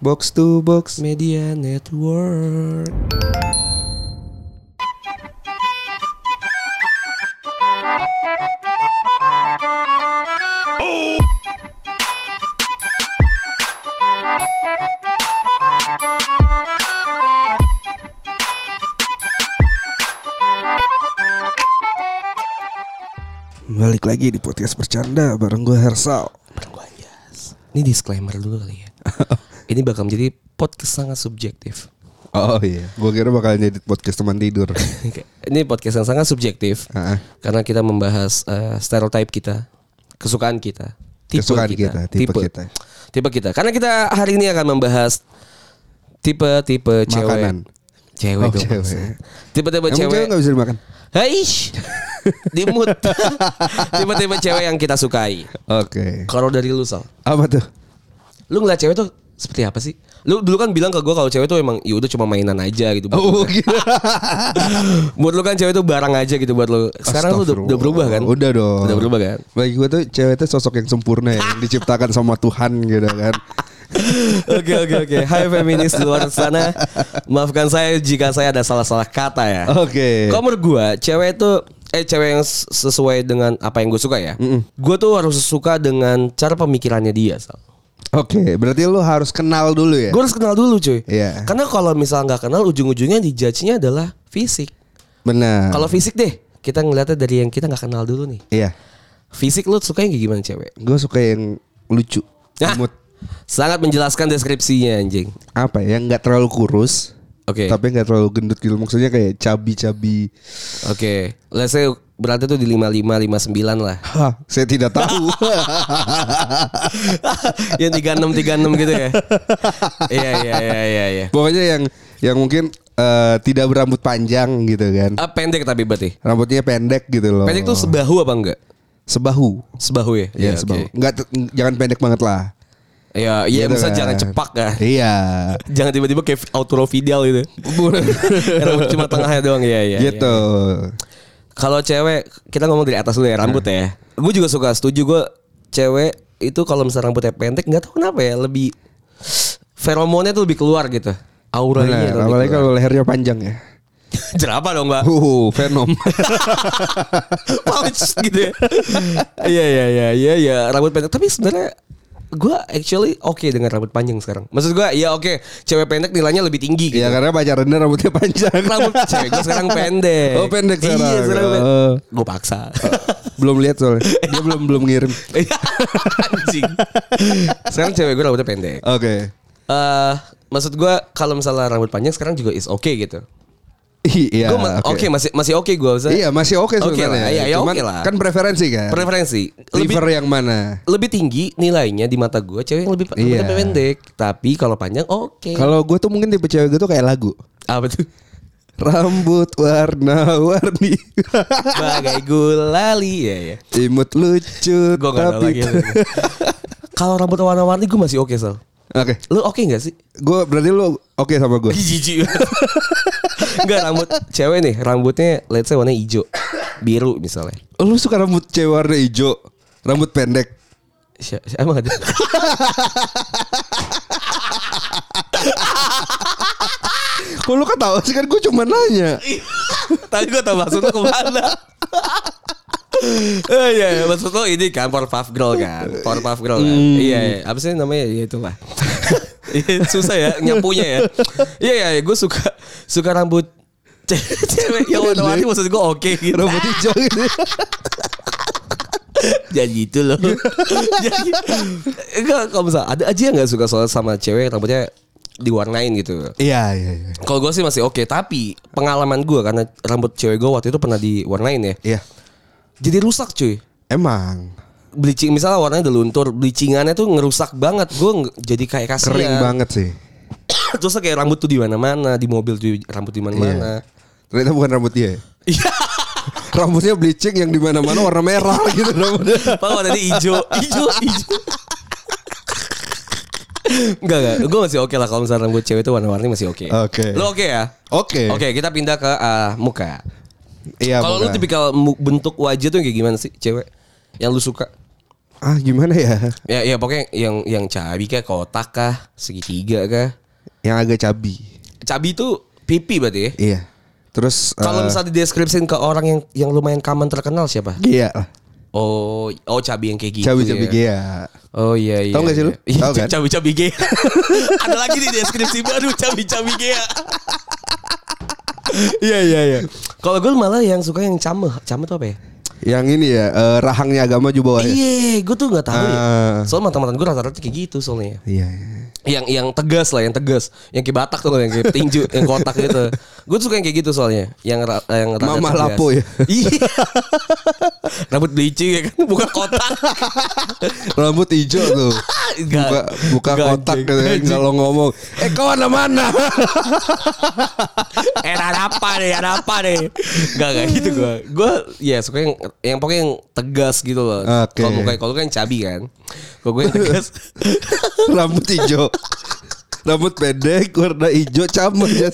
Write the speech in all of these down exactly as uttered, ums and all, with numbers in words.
Box to Box Media Network. Balik lagi di podcast bercanda bareng gue Hersal. Bareng gue Anjas. Ini disclaimer dulu kali ya. Ini bakal menjadi podcast sangat subjektif. Oh iya, gue kira bakal jadi podcast teman tidur. Ini podcast yang sangat subjektif. uh-uh. Karena kita membahas uh, stereotype kita, kesukaan kita, tipe Kesukaan kita, kita, tipe kita. Tipe kita. Karena kita hari ini akan membahas tipe-tipe cewek. Makanan. Cewek Oh, dong. cewek. Tipe-tipe Emang cewek. cewek gak bisa dimakan? Haish. Dimut. Tipe-tipe cewek yang kita sukai. Oke. Kalau dari lu, Sal, Apa tuh? lu ngeliat cewek tuh seperti apa sih? Lu dulu kan bilang ke gue kalau cewek tuh emang ya udah cuma mainan aja gitu. Oh gitu. Buat lu kan cewek tuh barang aja gitu buat lu. Sekarang lu udah, udah berubah kan? Udah dong. Udah berubah kan? Bagi gue tuh cewek tuh sosok yang sempurna ya, yang diciptakan sama Tuhan gitu kan. Oke oke oke. Hai feminis di luar sana. Maafkan saya jika saya ada salah-salah kata ya. Oke. Kalau menurut gue cewek tuh eh cewek yang sesuai dengan apa yang gue suka ya. Gue tuh harus suka dengan cara pemikirannya dia, Sal. Oke, berarti lu harus kenal dulu ya? Gue harus kenal dulu cuy. Iya. Karena kalau misal nggak kenal ujung-ujungnya dijudge-nya adalah fisik. Benar. Kalau fisik deh, kita ngeliatnya dari yang kita nggak kenal dulu nih. Iya. Fisik lu suka yang kayak gimana cewek? Gue suka yang lucu, Nah, imut. sangat menjelaskan deskripsinya anjing. Apa ya? Nggak terlalu kurus, Oke. tapi nggak terlalu gendut gitu. Maksudnya kayak cabi-cabi. Oke. Let's say berarti tuh di lima puluh lima lima puluh sembilan lah. Hah, saya tidak tahu. Yang tiga puluh enam tiga puluh enam gitu ya. Iya iya iya iya iya. Pokoknya yang yang mungkin eh, tidak berambut panjang gitu kan. Ah, pendek tapi berarti. Rambutnya pendek gitu loh. Pendek tuh sebahu apa enggak? Sebahu. Sebahu ya? Iya, Iya, sebahu. oke. Enggak t- jangan pendek banget lah. Iya, iya Gitu bisa kan. jangan cepak kan. Iya. Jangan tiba-tiba kayak Arturo Vidal gitu. Rambut cuma tengahnya doang ya ya. Gitu. Kalau cewek kita ngomong dari atas dulu ya rambut ya. Gue juga suka setuju gue cewek itu kalau misalnya rambutnya pendek nggak tahu kenapa ya lebih feromonnya tuh lebih keluar gitu. Auranya. Benar, apalagi kalau lehernya panjang ya. Jerapah dong mbak. Uh, Venom. Pouch gitu ya. Iya iya iya iya ya rambut pendek. Tapi sebenarnya gue actually oke okay dengan rambut panjang sekarang. Maksud gue ya oke okay, cewek pendek nilainya lebih tinggi gitu. Iya karena pacarannya rambutnya panjang. Rambut cewek gue sekarang pendek. Oh pendek sekarang. Iya sekarang pendek. Oh. Gue paksa. Belum lihat soalnya. Dia belum belum ngirim. Anjing. Sekarang cewek gue rambutnya pendek. Oke. Eh, maksud gue kalau misalnya rambut panjang sekarang juga is oke okay gitu. Iya. Gue ma- oke masih masih oke gue. Iya masih oke Oke sebenarnya. lah, iya, ya Cuman oke lah. kan preferensi kan. Preferensi. Lebih Prefer yang mana? lebih tinggi nilainya di mata gue cewek yang lebih Iya. rambutnya pendek. Tapi kalau panjang oke. Kalau gue tuh mungkin tipe cewek gue tuh kayak lagu. Apa tuh? Rambut warna-warni. Bagai gulali ya ya. Imut lucu. Gue gak tahu tapi lagi. Kalau rambut warna-warni gue masih oke Sal. Oke. Lu oke gak sih? Gue berarti lu oke sama gue. Jijik. Enggak rambut cewek nih, rambutnya let's say warna hijau, biru misalnya. Lu suka rambut cewek warna hijau, rambut pendek. Si- si- Emang ada? Kok lu ketawa sih kan gue cuma nanya. Tadi gue tau maksud lu kemana. Oh iya, iya, maksud lo ini kan Powerpuff Girl kan, Powerpuff Girl kan. Hmm. Iya, iya, apa sih namanya? Ya itulah. Susah ya nyapunya ya. Iya, iya, gue suka suka rambut cewek yang warna-warni maksud gue oke gitu. Rambut hijau gitu. Jadi gitu loh. Jadi enggak kalau misalnya ada aja yang nggak suka soal sama cewek rambutnya diwarnain gitu. Iya, iya, iya. Kalau gue sih masih oke, tapi pengalaman gue karena rambut cewek gue waktu itu pernah diwarnain ya. Iya. Jadi rusak cuy. Emang Bleaching misalnya warnanya udah luntur, bleachingannya tuh ngerusak banget. Gue nge- jadi kayak kasihan. kering banget sih. Terus kayak rambut tuh di mana-mana, di mobil tuh rambut di mana-mana. Ternyata bukan rambut dia. Iya. Rambutnya bleaching yang di mana-mana warna merah gitu rambutnya. Pak warnanya hijau, hijau, hijau. Enggak enggak, gue masih oke lah kalau misalnya rambut cewek itu warna-warni masih oke. Oke. Lo oke ya? Oke. Oke, kita pindah ke uh, muka. Iya. Kalau lu bukan. tipikal mu- bentuk wajah tuh yang kayak gimana sih cewek yang lu suka? Ah gimana ya? Ya ya pokoknya yang yang cabi kah, kotak kah, segitiga kah? Yang agak cabi. Cabi itu pipi berarti ya? Iya. Terus Kalau uh, misalnya dideskripsiin ke orang yang yang lumayan common terkenal siapa? Gia lah. Oh, oh cabi yang kayak gitu. Cabi-cabi ya. Gia. Oh iya iya. Tahu nggak sih lu? Iya, Tahu kan? Cabi-cabi Gia. Ada lagi di deskripsi baru cabi-cabi Gia. Iya iya iya. Kalau gue malah yang suka yang cameh. Cameh tuh apa ya? Yang ini ya, uh, rahangnya agama juga bawah ya. Iya, gue tuh nggak tahu ya. Ah. Soalnya mantan-mantan gue rata-rata kayak gitu soalnya. Iya. iya. Yang yang tegas lah, yang tegas, yang kayak Batak tuh, yang kayak tinju, yang kotak gitu. Gue tuh suka yang kayak gitu soalnya, yang ra- yang rada Mama tegas. Lapo ya. Iya. Rambut bleaching ya kan, buka kotak. Rambut hijau tuh. Enggak. Buka buka Enggak, kotak anjing. gitu kan kalau ngomong. Eh kau mana-mana. Eh ada apa nih, ada apa nih? Enggak enggak gitu gue. Gue ya suka yang yang pokoknya yang tegas gitu loh. Oke. Kalau muka kalau kan cabi kan. Kalau gue yang tegas. Rambut hijau. Rambut pendek warna hijau camel ya.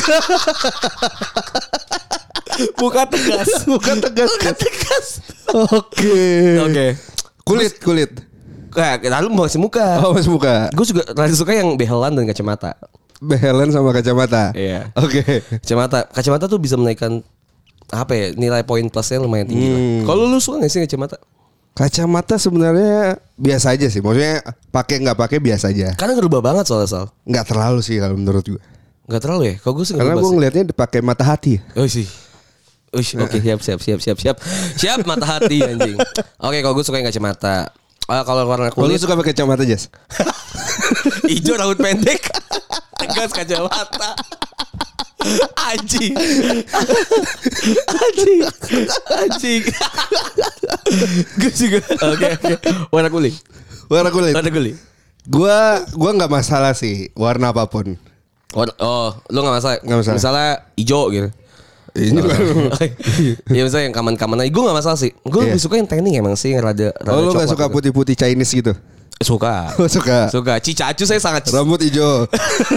Muka tegas. Bukan tegas. Muka tegas. Oke. Oke. Kulit kulit. Kayak lalu masih muka. Oh masih muka. Gue juga rada suka yang behelan dan kacamata. Behelan sama kacamata. Iya. Oke. Kacamata, kacamata tuh bisa menaikkan apa ya, nilai poin plusnya lumayan tinggi lah. Hmm. Kalau lu suka nggak sih kacamata? Kacamata sebenarnya biasa aja sih. Maksudnya pakai nggak pakai biasa aja. Karena ngerubah banget soalnya Sal. Nggak terlalu sih kalau menurut gue. Nggak terlalu ya? Kalau gue sih Karena ngerubah gue sih. ngelihatnya pakai mata hati. Oh sih. Ush, oke siap siap siap siap siap siap mata hati anjing. Oke, kalau gue suka yang kacamata. Ah, kalau warna Kalau lu kulit suka pakai kacamata Jas? hijau rambut pendek, tegas kacamata. Anjing. Anjing. Anjing. Gue juga. Oke oke. Warna kulit. Warna kulit. Warna kulit. Gua gua nggak masalah sih warna apapun. Warna, oh, lu nggak masalah. Nggak masalah. Misalnya hijau gitu. Ini baru. Ya misalnya yang kaman-kaman aja. Gue gak masalah sih. Gue Iya. lebih suka yang tanning emang sih. Yang rada, rada Oh lu nggak coklat suka gitu. putih-putih Chinese gitu? Suka. Oh, suka. Suka. Cicacu saya sangat. Rambut hijau.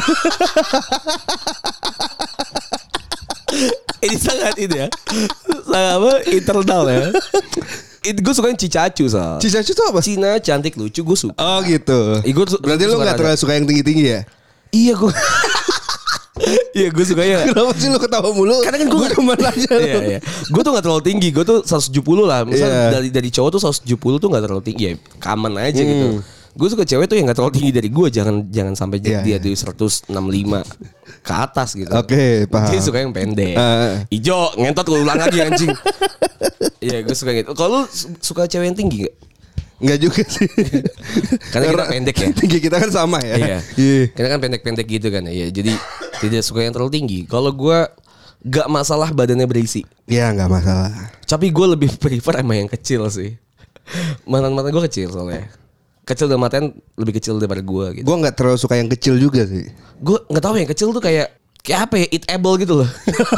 Ini sangat ini ya. Sangat apa? Internal ya. Itu gue suka yang cicacu Sal. Cicacu tuh apa? Cina cantik lucu gue suka. Oh gitu. Ih, gua su- Berarti gua lu suka nggak rada. terlalu suka yang tinggi-tinggi ya? Iya gue. Iya gue suka ya. Kenapa sih lu ketawa mulu? Karena kan gue Gua cuma nanya. Iya iya. Gue tuh gak terlalu tinggi. Gue tuh seratus tujuh puluh lah. Misal Iya. dari dari cowok tuh seratus tujuh puluh tuh gak terlalu tinggi ya. Common aja Hmm. gitu. Gue suka cewek tuh yang gak terlalu tinggi dari gue. Jangan jangan sampai Iya, dia iya. di seratus enam puluh lima ke atas gitu. Oke, paham. Dia suka yang pendek. Ah. Ijo ngentot gue ulang lagi anjing. Iya gue suka gitu. Kalau lu su- suka cewek yang tinggi gak? Enggak juga sih. Karena kita pendek ya. Tinggi kita kan sama ya. Iya. Kita kan pendek-pendek gitu kan ya. Jadi tidak suka yang terlalu tinggi. Kalau gue gak masalah badannya berisi. Iya nggak masalah. Tapi gue lebih prefer emang yang kecil sih. Mantan-mantan gue kecil soalnya. Kecil dalam artian lebih kecil daripada gue gitu. Gue nggak terlalu suka yang kecil juga sih. Gue nggak tahu yang kecil tuh kayak kayak apa ya, eatable gitu loh.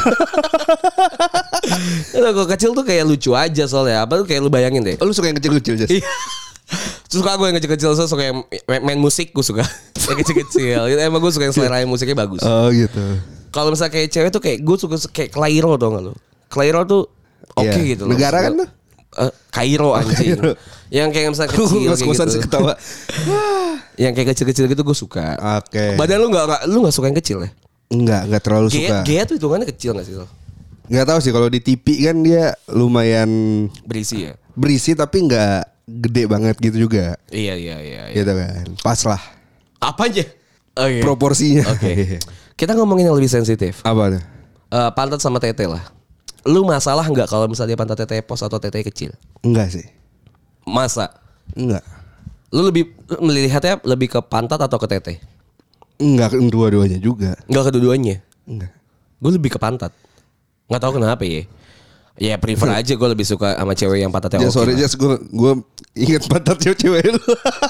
Kalau kecil tuh kayak lucu aja soalnya. Apa tuh kayak lu bayangin deh. Oh, lu suka yang kecil-kecil Jas? Iya. Suka gue yang kecil-kecil, so, suka yang main, main musik gue suka. Yang kecil-kecil. Gitu. Emang gue suka yang selera musiknya bagus. Oh gitu. Kalau misalnya kayak cewek tuh kayak gue suka kayak Clairo tau gak lu? Clairo tuh oke Iya. gitu loh. Negara kan tuh? Eh, Kairo anjing. Kairo. Yang kayak misalnya Gue kecil kayak ngos-ngosan gitu. sih ketawa. Yang kayak kecil-kecil gitu gue suka. Oke. Badan lu nggak nggak- lu nggak suka yang kecil ya? Enggak, enggak terlalu suka. Gea, Gea tuh hitungannya kecil nggak sih lo? Nggak tahu sih kalau di T V kan dia lumayan Berisi ya? berisi tapi nggak gede banget gitu juga. Iya iya iya. iya. Gitu kan. Pas lah Apanya? Oke. proporsinya. Oke. Kita ngomongin yang lebih sensitif. Apa tuh? Eh, pantat sama tete lah. Lu masalah nggak kalau misalnya pantat tete pos atau tete kecil? Enggak sih. Masa? Enggak. Lu lebih melihatnya lebih ke pantat atau ke tete? Enggak dua-duanya juga. Enggak kedua-duanya. Enggak. Gue lebih ke pantat. Nggak tahu kenapa ya. Ya prefer aja gue lebih suka sama cewek yang pantatnya Ya oke. sorry lah. Jas, gue gue inget pantatnya cewek lu.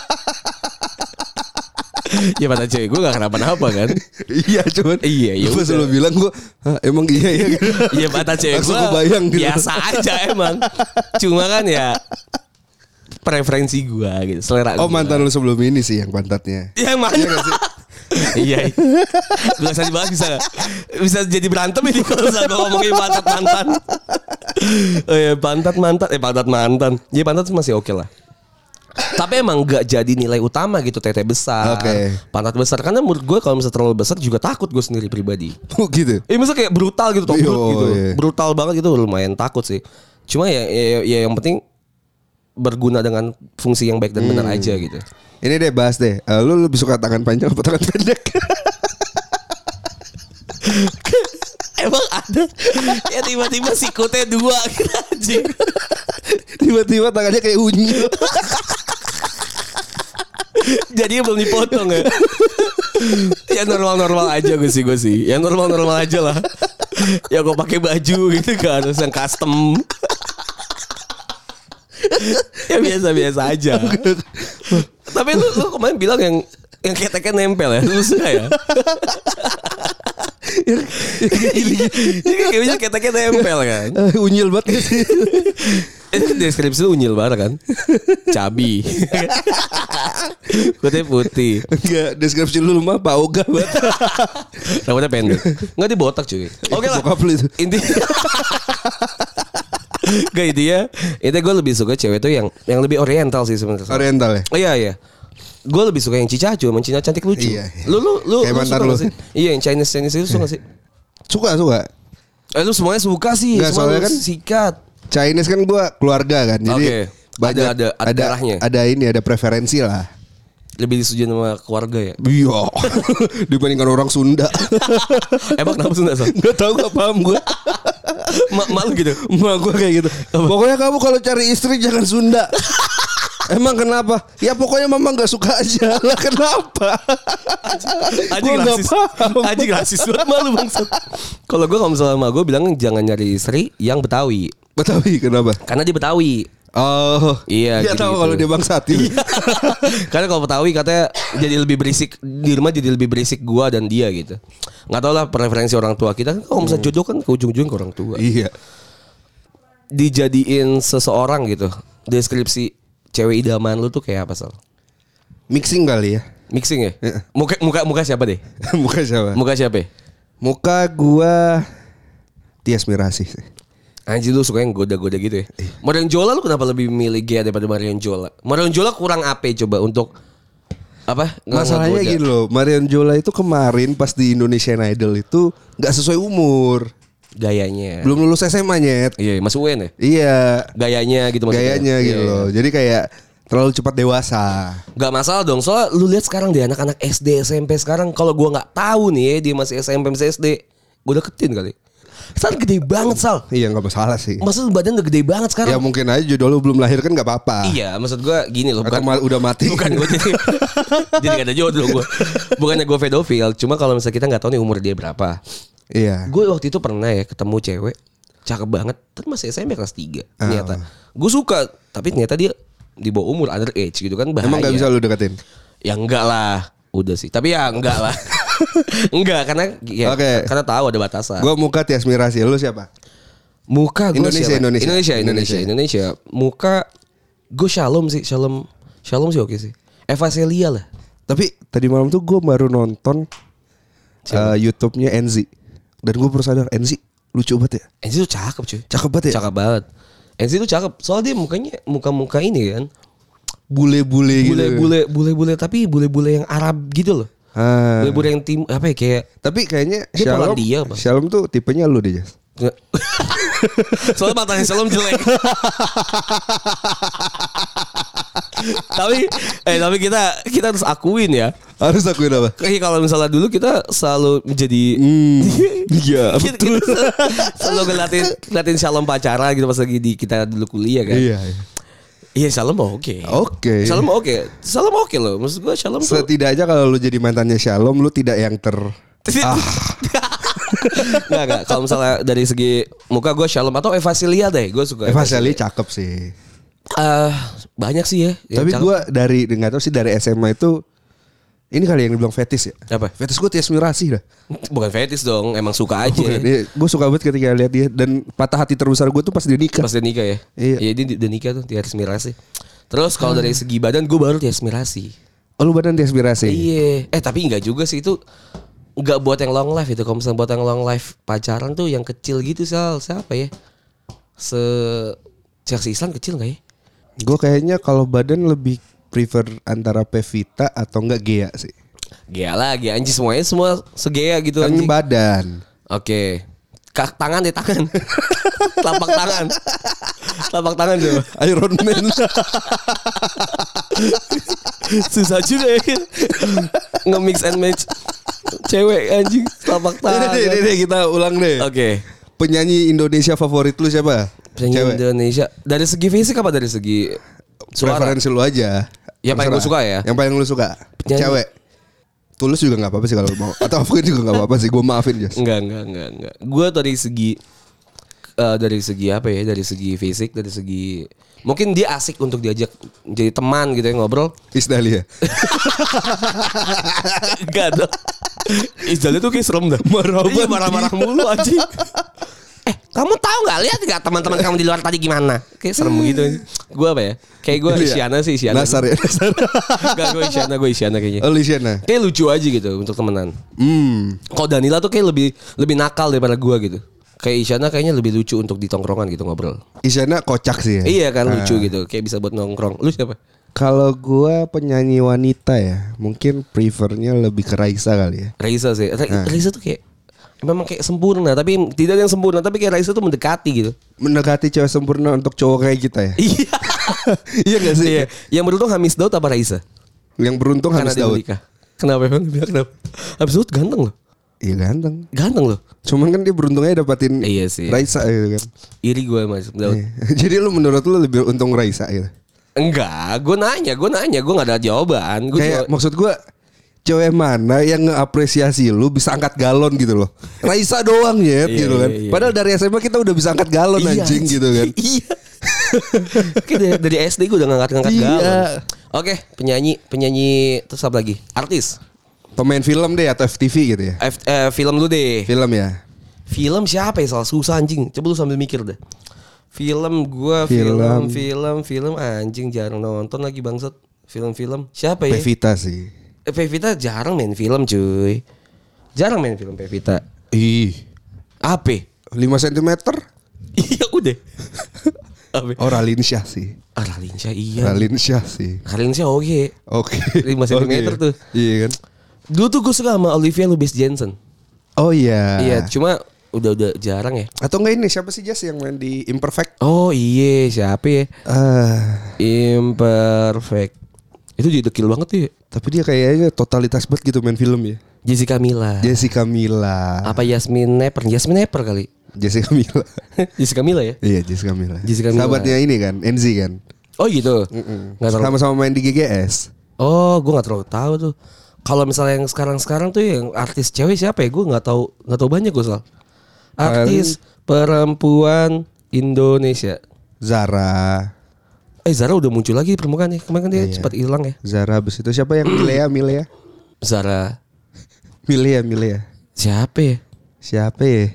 Ya pantat cewek gue gak kenapa-napa kan. Iya cuman. Iya, ya Pas udah. lu bilang gue, "Hah, emang iya ya." Iya pantat cewek Langsung gue kebayang gitu. biasa aja emang. Cuma kan ya preferensi gue gitu, selera Oh gua. mantan lu sebelum ini sih yang pantatnya. Yang mana? Iya nggak sih? Iya. Gak usah dibahas bisa bisa jadi berantem ini kalau saya ngomongin pantat mantan. Oh iya pantat mantan eh pantat mantan. Jadi pantat masih oke lah. Tapi emang gak jadi nilai utama gitu, tete besar, Oke. pantat besar. Karena menurut gue kalau misalnya terlalu besar juga takut gue sendiri pribadi. Oh gitu. Eh misalnya kayak brutal gitu, tobrut Yo, gitu, iya. brutal banget gitu, lumayan takut sih. Cuma ya, ya, ya yang penting berguna dengan fungsi yang baik dan benar Hmm. aja gitu. Ini deh bahas deh. Uh, lu lebih suka tangan panjang atau tangan pendek? Emang ada ya tiba-tiba sikutnya dua gitu anjing. Tiba-tiba tangannya kayak unyil. Jadinya belum dipotong ya. Ya normal-normal aja gue sih gue sih. Ya normal-normal aja lah. Ya gue pakai baju gitu kan, harus yang custom. Ya biasa-biasa aja. Tapi lu, lu kemarin bilang yang yang keteknya nempel ya. Lu suka ya? Kayak bisa keteknya nempel kan. Uh, unyil banget sih. Itu deskripsi lu unyil banget kan. Cabi. Putih putih. Enggak, deskripsi lu mah Pak Oga banget. Rambutnya pendek. Enggak dibotak cuy. Oke lah. Bokap lu itu. Inti Gak intinya Intinya gue lebih suka cewek tuh yang Yang lebih oriental sih sebenarnya. Oriental ya? Oh iya iya. Gue lebih suka yang cicacu, emang Cina cantik lucu. Iya, iya. Lu lu lu, Kayak lu mantan suka lu. gak sih? Iya yang Chinese Chinese itu suka gak sih? Suka, suka. Eh lu semuanya suka sih. Nggak, Semua soalnya lu kan sikat. Chinese kan gua keluarga kan. Jadi Oke. banyak Ada- ada- ada darahnya. Ada ini, ada preferensi lah. Lebih disujuin sama keluarga ya. Iya. Dibandingkan orang Sunda. Emang kenapa Sunda Son? Gak tau, gak paham gue. Ma malu gitu. Emak gue kayak gitu. Pokoknya kamu kalau cari istri jangan Sunda. Emang kenapa? Ya pokoknya mama gak suka aja. Lah kenapa? Anjing Gua nggak rasis. paham. Anjing rasis banget, malu bangsat. Kalau gue kalau misalnya sama gue bilang jangan nyari istri yang Betawi. Betawi kenapa? Karena dia Betawi. Oh Iya, dia gitu. tahu kalau dia bangsat itu. Karena kalau Betawi katanya jadi lebih berisik di rumah, jadi lebih berisik gua dan dia gitu. Nggak tahu lah preferensi orang tua kita. Kalau misalnya jodoh kan ke ujung-ujung ke orang tua. Iya. Dijadiin seseorang gitu. Deskripsi cewek idaman lu tuh kayak apa Sal? Mixing kali ya. Mixing ya? Iya. Muka muka muka siapa deh? Muka siapa? Muka siapa? Muka gua Tias Mirasih sih. Anjir lu suka yang goda-goda gitu ya. Marion Jola lu kenapa lebih milih Gea daripada Marion Jola? Marion Jola kurang apa coba untuk apa? Masalahnya ngegoda? gini loh, Marion Jola itu kemarin pas di Indonesian Idol itu nggak sesuai umur. Gayanya. Belum lulus S M A nyet. Iya, masuk U N ya? Iya, Gayanya gitu maksudnya. gayanya gitu Iya, loh. iya. Jadi kayak terlalu cepat dewasa. Gak masalah dong. Soalnya lu lihat sekarang deh anak-anak S D, S M P sekarang, kalau gua nggak tahu nih ya dia masih S M P masih S D, gua deketin kali. Sal gede banget Sal. Iya nggak masalah sih. Maksud badan udah gede banget Ya sekarang. mungkin aja jodoh lu belum lahir kan nggak apa-apa. Iya, maksud gua gini loh, Atau bukan mal- udah mati. Bukan gue jadi jadi gak ada jodoh gue. Bukannya gue pedofil, cuma kalau misalnya kita nggak tahu nih umur dia berapa. Iya. Gue waktu itu pernah ya ketemu cewek cakep banget, terus masih S M P kelas tiga. Ternyata gue suka, tapi ternyata dia di bawah umur, under age gitu kan, bahaya. Emang nggak bisa lu deketin? Ya enggak lah, udah sih. Tapi ya enggak lah. Enggak, karena ya, Oke. karena tahu ada batasan. Gua Muka Tias Mirasih, lu siapa? Muka gue Indonesia, siapa? Indonesia. Indonesia, Indonesia, Indonesia. Indonesia. Muka gue Shalom sih, Shalom, Shalom sih oke sih. Eva Celia lah. Tapi tadi malam tuh gue baru nonton uh, YouTube-nya Enzi. Dan gue baru sadar Enzi lucu banget ya. Enzi tuh cakep cuy. Cakep banget ya. Cakep banget. Enzi tuh cakep. Soalnya dia mukanya muka-muka ini kan. Bule-bule gitu. Bule-bule, bule-bule tapi bule-bule yang Arab gitu loh. Ah. Bule-bule yang tim apa ya kayak Tapi kayaknya Dia Shalom, Polandia, Bang. Shalom tuh tipenya lu deh, Jas. soalnya matanya Shalom jelek. tapi eh tapi kita kita harus akuin ya. Harus akuin apa? Kayak kalau misalnya dulu kita selalu menjadi Iya, kita, kita selalu ngeliatin ngeliatin Shalom pacaran gitu pas lagi di kita dulu kuliah kan. Iya, iya. Iya Shalom mah oke. Oke. Shalom mah oke. Shalom oke loh. Maksud gue Shalom tuh Setidaknya kalau lu jadi mantannya Shalom, lu tidak yang ter ah. Nggak, nggak. Kalau misalnya dari segi muka gue Shalom atau Eva Celia deh. Gue suka Eva Celia cakep sih. Eh, banyak sih ya. yang Tapi cakep. gue dari nggak tahu sih dari S M A itu ini kali yang dibilang fetis ya. Apa? Fetis gue Tias Mirasih dah. Bukan fetis dong, emang suka aja. Gue suka banget ketika lihat dia dan patah hati terbesar gue tuh pas dia nikah. Pas dia nikah ya. Iya. Iya dia udah nikah tuh Tias Mirasih. Terus kalau dari segi badan gue baru Tias Mirasih. Oh lu badan Tias Mirasih. Iya. Eh tapi enggak juga sih itu. Enggak buat yang long life itu. Kalau misalnya buat yang long life pacaran tuh yang kecil gitu Sal. Siapa ya? Se Chelsea Islan kecil gak ya? Gue kayaknya kalau badan lebih prefer antara Pevita atau enggak Gea sih. Gea lagi anjing, semuanya semua segea gitu Kan anjing. badan. Oke. Kak tangan deh tangan. Telapak tangan. Telapak tangan coba. Iron Man. Susah juga ya. Nge-mix and match cewek anjing telapak tangan. Deh, deh, deh, kita ulang deh. Oke. Penyanyi Indonesia favorit lu siapa? Penyanyi Cewek. Indonesia dari segi fisik apa dari segi suara? Preferensi lu aja. Yang paling lu suka ya? Yang paling lu suka. Penyanyi. Cewek. Tulus juga nggak apa-apa sih kalau mau. Atau Afgan juga nggak apa-apa sih. Gue maafin Jas. Enggak, enggak, enggak, enggak. Gue dari segi uh, dari segi apa ya? Dari segi fisik, dari segi mungkin dia asik untuk diajak jadi teman gitu ya ngobrol. Isdalia. Enggak dong. Isdalia tuh kayak serem dah. Marah Iya, marah-marah mulu anjing. Eh, kamu tahu nggak lihat nggak teman-teman kamu di luar tadi gimana? Kayak serem gitu. Gue apa ya? Kayak gue Isyana sih Isyana. Nasar ya Nasar. Enggak, gue Isyana, gue Isyana kayaknya. Oh Isyana. Kayak lucu aja gitu untuk temenan. Hmm. Kalau Danila tuh kayak lebih lebih nakal daripada gue gitu. Kayak Isyana kayaknya lebih lucu untuk di tongkrongan gitu ngobrol. Isyana kocak sih ya. Iya kan Ah. lucu gitu. Kayak bisa buat nongkrong. Lu siapa? Kalau gue penyanyi wanita ya, mungkin prefernya lebih ke Raisa kali ya. Raisa sih. Ra- Ah. Raisa tuh kayak memang kayak sempurna, tapi tidak yang sempurna, tapi kayak Raisa tuh mendekati gitu. Mendekati cewek sempurna untuk cowok kayak kita ya. Iya. Iya gak sih? Iya. Yang beruntung Hamis Daud apa Raisa? Yang beruntung Karena Hamis dia Daud. menikah. Kenapa emang? Bilang kenapa? Hamis Daud ganteng loh. Iya ganteng. Ganteng loh. Cuman kan dia beruntungnya dapatin Iya sih. Raisa gitu kan. Iri gue Mas Daud. Iya. Jadi lu menurut lu lebih untung Raisa gitu. Enggak, gue nanya, gue nanya, gue gak ada jawaban. Gue Kayak cuma- maksud gue cewek mana yang ngeapresiasi lu bisa angkat galon gitu loh. Raisa doang ya Iya, gitu kan. iya, iya. Padahal dari S M A kita udah bisa angkat galon Iya, anjing gitu kan. Iya. Kayak dari, dari S D gue udah ngangkat-ngangkat Iya. galon. Oke, penyanyi, penyanyi terus apa lagi? Artis. Pemain film deh atau F T V gitu ya. F, eh, film lu deh. Film ya. Film siapa ya? Salah susah anjing. Coba lu sambil mikir deh. Film gua Film. film film film anjing jarang nonton lagi bangsat. Film-film siapa ya? Pevita sih. Eh, Pevita jarang main film cuy. Jarang main film Pevita. Ih, Apa? lima sentimeter? Iya udah. Apa? Oh Ralinsyah sih. Ah, Ralinsyah iya. Ralinsyah sih. Ralinsyah oke. Oke. lima sentimeter Oke. tuh. Iya kan? Dulu tuh gue suka sama Olivia Lubis Jensen. Oh iya. Iya, cuma udah-udah jarang ya. Atau enggak ini siapa sih Jas yang main di Imperfect? Oh iya, siapa ya? Ah, Imperfect. Itu jadi dekil banget tuh ya. tapi dia kayaknya totalitas banget gitu main film ya. Jessica Mila. Jessica Mila. Apa Yasmin Nepper? Yasmin Nepper kali. Jessica Mila. Jessica Mila ya? Iya Jessica Mila. Jessica Mila. Sahabatnya ini kan, Enzi kan. Oh gitu. Nggak terlalu. Sama-sama main di G G S. Oh, gue nggak terlalu tahu tuh. Kalau misalnya yang sekarang-sekarang tuh yang artis cewek siapa ya? Gue nggak tahu, nggak tahu banyak gue soal. Artis perempuan Indonesia. Zara. Eh Zara udah muncul lagi di permukaan ya. Kemarin kan dia Iya. sempat hilang ya. Zara habis itu siapa yang Milea Milea? Zara. Milea Milea. Siapa ya? Siapa ya?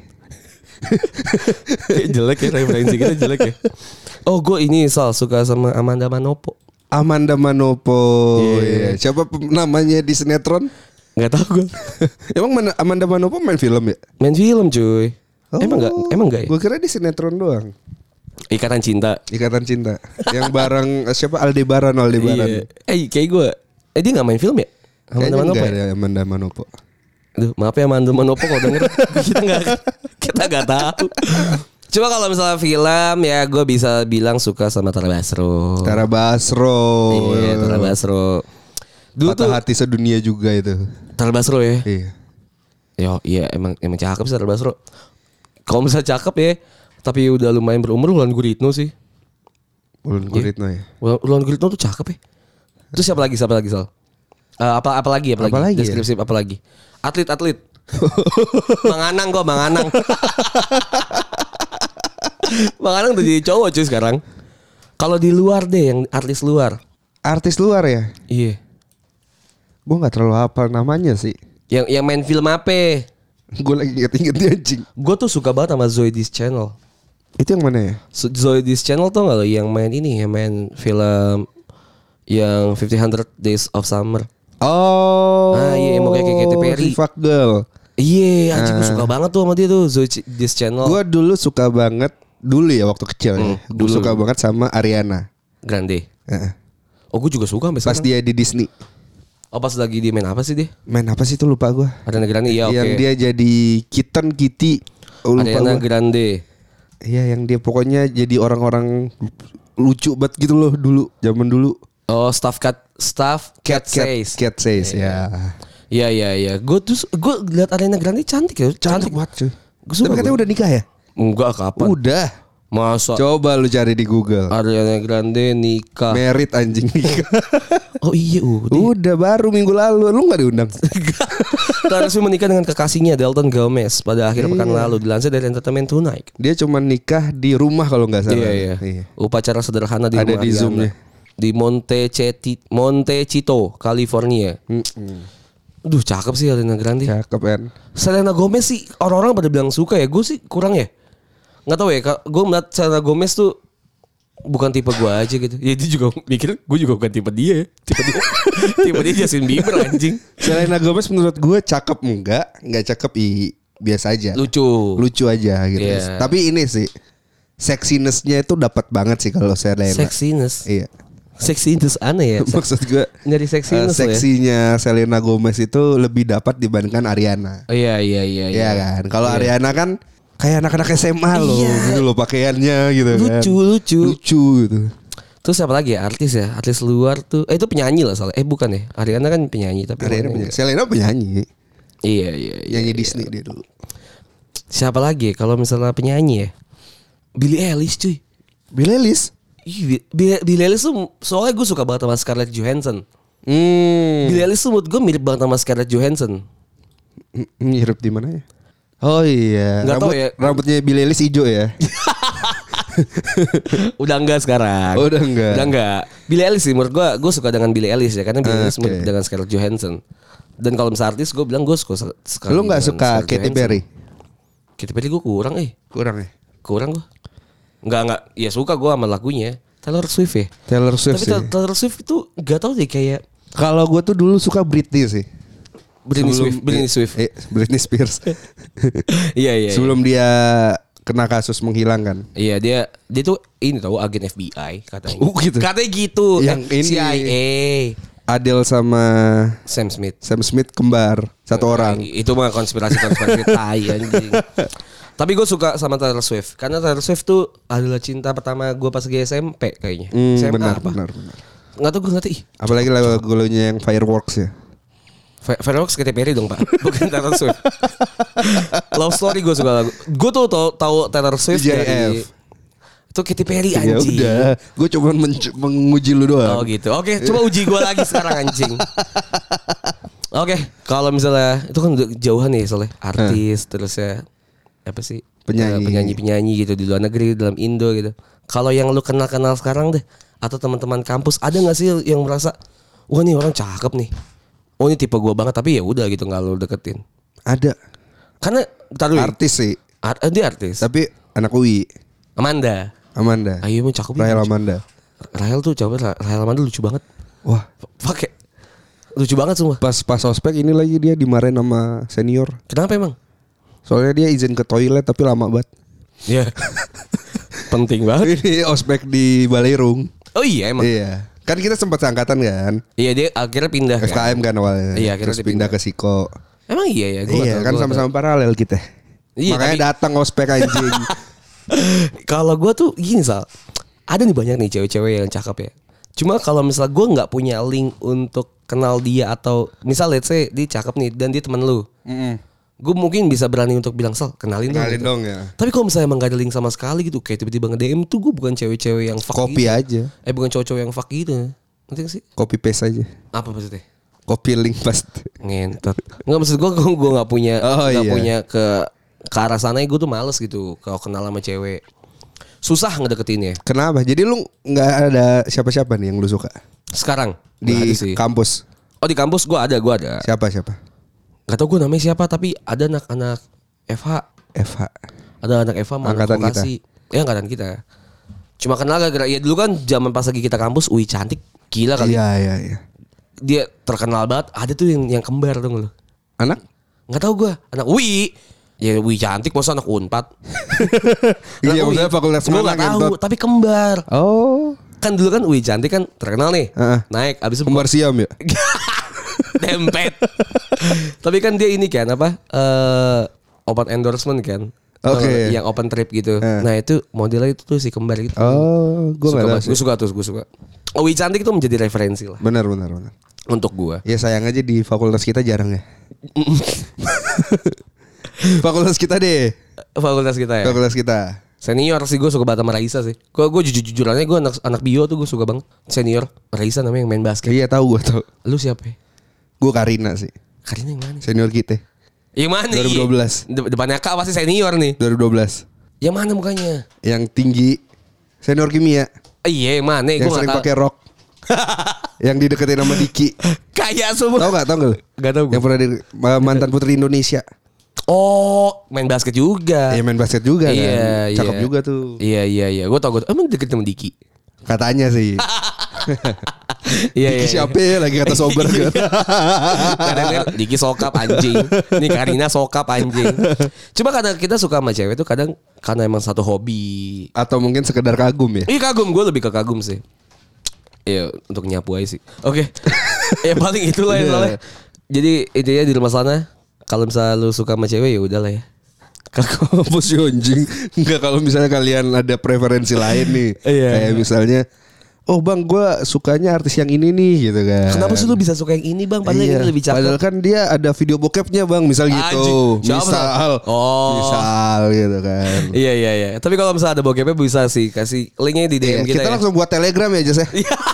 Kayak jelek ya referensi kita jelek ya. Oh gue ini Sal suka sama Amanda Manopo. Amanda Manopo. Iya. Iya. Siapa pem- namanya di sinetron? Nggak tahu gue. Emang mana- Amanda Manopo main film ya? Main film cuy. Emang nggak? Emang nggak ya? Gue kira di sinetron doang. Ikatan Cinta. Ikatan Cinta. Yang bareng eh, siapa Aldebaran Aldebaran. Iya. Eh kayak gue. Eh dia nggak main film ya? Amanda Kayaknya Manopo. enggak Ya? ada Amanda Manopo. Duh, maaf ya Amanda Manopo kalau denger kita nggak kita nggak tahu. Cuma kalau misalnya film ya gue bisa bilang suka sama Tara Basro. Tara Basro. Iya, Tara Basro. Dulu Patah tuh hati sedunia juga itu. Tara Basro ya. Iya. Yo, iya emang emang cakep sih Tara Basro. Kalau misalnya cakep ya, tapi udah lumayan berumur Wulan Guritno sih. Ulun Guritno ya. Wulan Wulan Guritno tuh cakep ya. Terus siapa lagi? Siapa lagi Sal? Eh, apa apa lagi? Apa, Apa lagi? lagi ya? Deskripsi apa lagi? Atlet-atlet. Mang Anang kok, Mang Anang. Mang Anang tuh jadi cowok cuy sekarang. Kalau di luar deh, yang artis luar. Artis luar ya? Iya. Gue nggak terlalu hafal namanya sih. Yang yang main film apa? Gue lagi inget-inget dia anjing. Gue tuh suka banget sama Zoe This Channel. Itu yang mana ya? So- Zoe This Channel tuh nggak lo yang main ini, yang main film yang fifteen hundred Days of Summer. Oh. Ah, iya, mau kayak Katy Perry. si Fuck Girl. Iya, anjing gue Ah. suka banget tuh sama dia tuh Zoe Ch- This Channel. Gue dulu suka banget dulu ya waktu kecil ya. Hmm, Gue dulu. suka banget sama Ariana. Grande. Heeh. Oh gue juga suka sampai Pas sekarang. dia di Disney. Oh pas lagi di main apa sih dia? Main apa sih itu lupa gue. Ariana Grande ya oke. Yang dia jadi kitten Kitty. Oh, lupa Ariana gua. Grande. Iya yang dia pokoknya jadi orang-orang lucu banget gitu loh dulu, zaman dulu. Oh staff cat staff cat, Cat says. Cat says ya. Iya iya iya. Gue tuh gue lihat Ariana Grande cantik ya. Cantik banget cuy. Gua suka Tapi katanya gua. udah nikah ya? Enggak kapan? Udah. Masa Coba lu cari di Google. Ariana Grande nikah. Merit anjing nikah. Oh iya udah. Udah baru minggu lalu. Lu gak diundang? Taylor Swift menikah dengan kekasihnya Dalton Gomez pada akhir pekan lalu dilansir dari Entertainment Tonight. Dia cuma nikah di rumah kalau nggak salah. Iya iya. Upacara sederhana di Ada rumah di Ariana. Zoom-nya. Di Montecito, Montecito, California. Mm-mm. Duh cakep sih Ariana Grande. Cakep kan. Selena Gomez sih orang-orang pada bilang suka ya. Gue sih kurang ya. Nggak tahu ya. Gue melihat Selena Gomez tuh bukan tipe gue aja gitu. Ya dia juga mikir gue juga bukan tipe dia ya. Tipe dia, tipe dia Justin Bieber anjing. Selena Gomez menurut gue cakep enggak, nggak cakep i biasa aja. Lucu. Lucu aja gitu. Iya. Tapi ini sih sexiness-nya itu dapat banget sih kalau Selena. Sexiness. Iya. Sexiness aneh ya. Maksud gue Nyari uh, sexiness lo ya. seksinya Selena Gomez itu lebih dapat dibandingkan Ariana. Oh, iya iya iya. Iya kan. Kalau Iya. Ariana kan kayak anak-anak S M A loh, Iya. gitu loh pakaiannya gitu kan. Lucu lucu. Lucu gitu. Terus siapa lagi ya artis ya artis luar tuh eh itu penyanyi lah soalnya eh bukan ya Ariana kan penyanyi tapi Ariana orangnya penyanyi. Selena penyanyi. enggak. Iya iya iya Nyanyi iya. Disney dia dulu. Siapa lagi ya kalau misalnya penyanyi ya Billie Eilish cuy. Billie Eilish. Ih, Billie Billie Eilish tuh soalnya gue suka banget sama Scarlett Johansson. Hmm. Billie Eilish tuh menurut gue mirip banget sama Scarlett Johansson. Mirip di mana ya? Oh iya. Nggak tahu Rambut, ya. Rambutnya Billie Eilish hijau ya. Udah enggak sekarang. Oh, udah enggak. Udah enggak. Billie Eilish sih menurut gue gue suka dengan Billie Eilish ya karena Billie Eilish Oke. mirip dengan Scarlett Johansson. Dan kalau misalnya artis gue bilang gue suka sekali. Lu nggak dengan suka Scarlett Katy Johansson. Perry? Katy Perry gue kurang eh. Kurang ya. Kurang gue. Enggak enggak. Ya suka gue sama lagunya. Taylor Swift ya. Taylor Swift Tapi sih. Ta- Taylor Swift itu enggak tahu deh kayak Kalau gue tuh dulu suka Britney sih. Britney Sebelum- Swift. Britney eh, Swift. eh, Britney Spears. Iya iya. Sebelum dia kena kasus menghilang kan. Iya dia dia tuh ini tahu agen F B I katanya. Oh, gitu. Katanya gitu. Yang Eh, ini. C I A. Adele sama Sam Smith. Sam Smith kembar satu orang. Itu mah konspirasi-konspirasi tai anjing. Tapi gue suka sama Taylor Swift karena Taylor Swift tuh adalah cinta pertama gue pas lagi S M P kayaknya. Hmm, S M A benar, apa? benar, benar. Nggak tahu gue ngerti. Ih, Apalagi lagu-lagunya yang Fireworks ya. Fi- Fireworks Katy Perry dong pak, bukan Taylor Swift. Love Story gue suka lagu. Gue tuh tau, tahu Taylor Swift J F. dari itu Katy Perry Ya anjing. udah, gue cuma menc- menguji lu doang. Oh gitu. Oke, coba uji gue lagi sekarang anjing. Oke, kalau misalnya itu kan udah jauhan nih soalnya artis terus ya apa sih Penyanyi. Eh, penyanyi-penyanyi gitu di luar negeri dalam Indo gitu. Kalau yang lu kenal-kenal sekarang deh atau teman-teman kampus ada nggak sih yang merasa wah nih orang cakep nih. Oh ini tipe gue banget tapi ya udah gitu nggak lu deketin. Ada Karena taruh artis sih, art, eh, dia artis. tapi anak U I, Amanda. Amanda. Ayo mau cakep Rahel nih. Amanda. Rahel tuh coba Rahel Amanda lucu banget. Wah, Pakai lucu banget semua. pas pas ospek ini lagi dia dimarahin sama senior. Kenapa emang? Soalnya dia izin ke toilet tapi lama banget. Iya. Penting banget. Ini ospek di Baleirung. Oh iya emang. Iya. Kan kita sempat seangkatan kan. Iya dia akhirnya pindah F K M kan awalnya. Iya, akhirnya Terus dia pindah pindah. ke Siko. Emang iya ya. Gua nggak Iya, tahu, kan gua sama-sama paralel kita. Iya, Makanya tapi- datang ospek anjing. nggak tahu. Kalau gue tuh gini Sal, ada nih banyak nih cewek-cewek yang cakep ya. Cuma kalau misal gue nggak punya link untuk kenal dia atau misal let's say dia cakep nih dan dia temen lu, gue mungkin bisa berani untuk bilang Sal kenalin, Kenalin dong. dong ya. Tapi kalau misalnya emang gak ada link sama sekali gitu, kayak tiba-tiba nge-D M tuh gue bukan cewek-cewek yang fuck Copy gitu. aja. Eh bukan cowok-cowok yang fuck gitu. Ngerti gak sih? Copy paste aja. Apa maksudnya? Copy link pasti. Ngentot. Nggak maksud gue gue nggak punya Oh, nggak iya. punya ke ke arah sana gue tuh males gitu kalau kenal sama cewek. Susah ngedeketinnya. Kenapa? Jadi lu nggak ada siapa-siapa nih yang lu suka Sekarang di nggak ada sih. kampus? Oh di kampus gue ada gue ada. Siapa siapa? Gak tau gue namanya siapa tapi ada anak-anak F H. F H. Ada anak F H mau anak Angkatan vokasi. Ya angkatan kita. Cuma kenal gara-gara ya dulu kan zaman pas lagi kita kampus, wih cantik gila kali. Iya iya iya. Dia terkenal banget. Ada tuh yang yang kembar tuh lu. Anak? Nggak tahu gue. Anak Wi. Ya Wi cantik masa anak Unpad. Iya, maksudnya fakultas Gue mana nggak tahu Gentot? tapi kembar. Oh. kan dulu kan Wih Cantik kan terkenal nih. Uh-uh. Naik abis itu Kembar siam ya. dempet. Tapi kan dia ini kan apa? Eh open endorsement kan. Oke. Okay. Yang open trip gitu. Uh. Nah itu modelnya itu tuh si kembar gitu. Oh, gue suka nggak tahu. Gue suka tuh, gue suka. Wih Cantik itu menjadi referensi lah. Benar, benar, benar. Untuk gue. Ya sayang aja di fakultas kita jarang ya. Fakultas kita deh. Fakultas kita ya. Fakultas kita. Senior sih gue suka banget sama Raisa sih. Gue gue jujur jujurannya gue anak anak bio tuh gue suka banget. Senior Raisa namanya yang main basket. Iya tahu gue tahu. Lu siapa? Ya? Gue Karina sih. Karina yang mana? Senior kita. Yang mana? dua ribu dua belas. De- depannya Kak pasti senior nih. dua ribu dua belas. Yang mana mukanya? Yang tinggi. Senior kimia. Iya yang mana? Yang Gua sering nggak tahu. pakai rok. Yang dideketin sama Diki. Kayak semua. Tahu gak? Tahu gak? Gak tahu. Yang pernah di mantan putri Indonesia. Oh, main basket juga. Iya main basket juga kan. Iya, Cakep iya. juga tuh. Iya iya iya. Gue tau gue. Emang deket sama Diki. Katanya sih. Iya Diki iya. siapa ya lagi kata sober kan. Kadang-kadang Diki sokap anjing. Nih Karina sokap anjing. Cuma kadang kita suka sama cewek tuh kadang karena emang satu hobi. Atau mungkin sekedar kagum ya. Iya kagum, gue lebih ke kagum sih. Iya untuk nyapu aja sih. Oke. Ya paling itulah ya soalnya. Jadi intinya di rumah sana kalau misalnya lu suka sama cewek ya udahlah ya. Apa sih anjing? Enggak kalau misalnya kalian ada preferensi lain nih. Iya. Kayak misalnya oh bang gue sukanya artis yang ini nih gitu kan. Kenapa sih lu bisa suka yang ini bang? Padahal Iya. ini lebih cakep. Padahal kan dia ada video bokepnya bang. Misal gitu. Anjing. Siapa Misal. Oh. Misal gitu kan. Iya iya iya. Tapi kalau misalnya ada bokepnya bisa sih kasih linknya di D M Iya, kita, kita ya. langsung buat telegram ya Jas ya.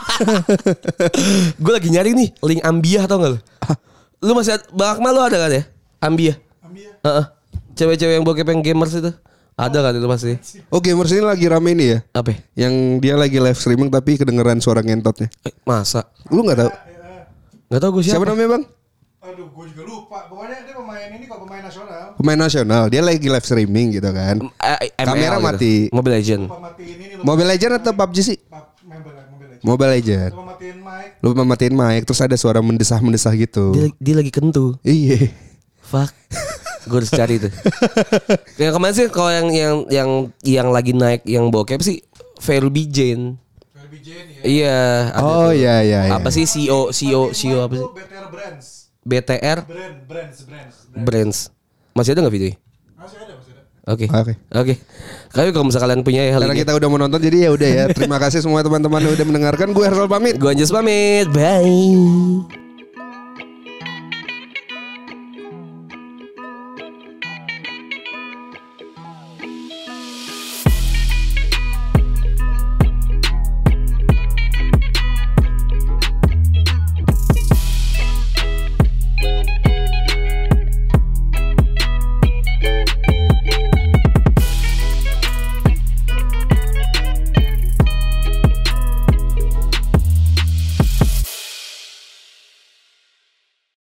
Gue lagi nyari nih link Ambia tau gak lu? Lu masih ada, Bang Akmal lu ada kan ya? Ambia. Ambia. Heeh. Cewek-cewek yang bokep yang gamers itu. Ada kan itu pasti. Oh gamers ini lagi rame nih ya. Apa? Yang dia lagi live streaming tapi kedengeran suara ngentotnya. Eh, masa? Lu gak tahu? Gak tau gue siapa. Siapa namanya bang? Aduh, gue juga lupa. Pokoknya dia pemain ini kok pemain nasional. Pemain nasional. Dia lagi live streaming gitu kan. Eh, M L Kamera gitu. mati. Mobile Legend. Lupa matiin ini. Lupa Mobile Legend atau P U B G sih? Mobile Mobile Legends. Mobile Legend. Lupa matiin mic. Lupa matiin mic. Terus ada suara mendesah-mendesah gitu. Dia, dia lagi kentu. Iya. Fuck. Gue harus cari tuh. Yang kemarin sih kalau yang yang yang yang lagi naik yang bokep sih Verbi Jane. Verbi Jane ya. Iya. ada Oh tuh. iya iya. Apa iya. sih C E O C E O C E O apa sih? B T R Brands. B T R Brand, brands, brands. Brands. Masih ada nggak videonya? Masih ada, masih ada. Oke. Oke. Oke. Tapi kalau misalnya kalian punya ya hal Karena ini. kita udah mau nonton jadi ya udah ya. Terima kasih semua teman-teman yang udah mendengarkan. Gue Hersal pamit. Gue Anjas pamit. Bye.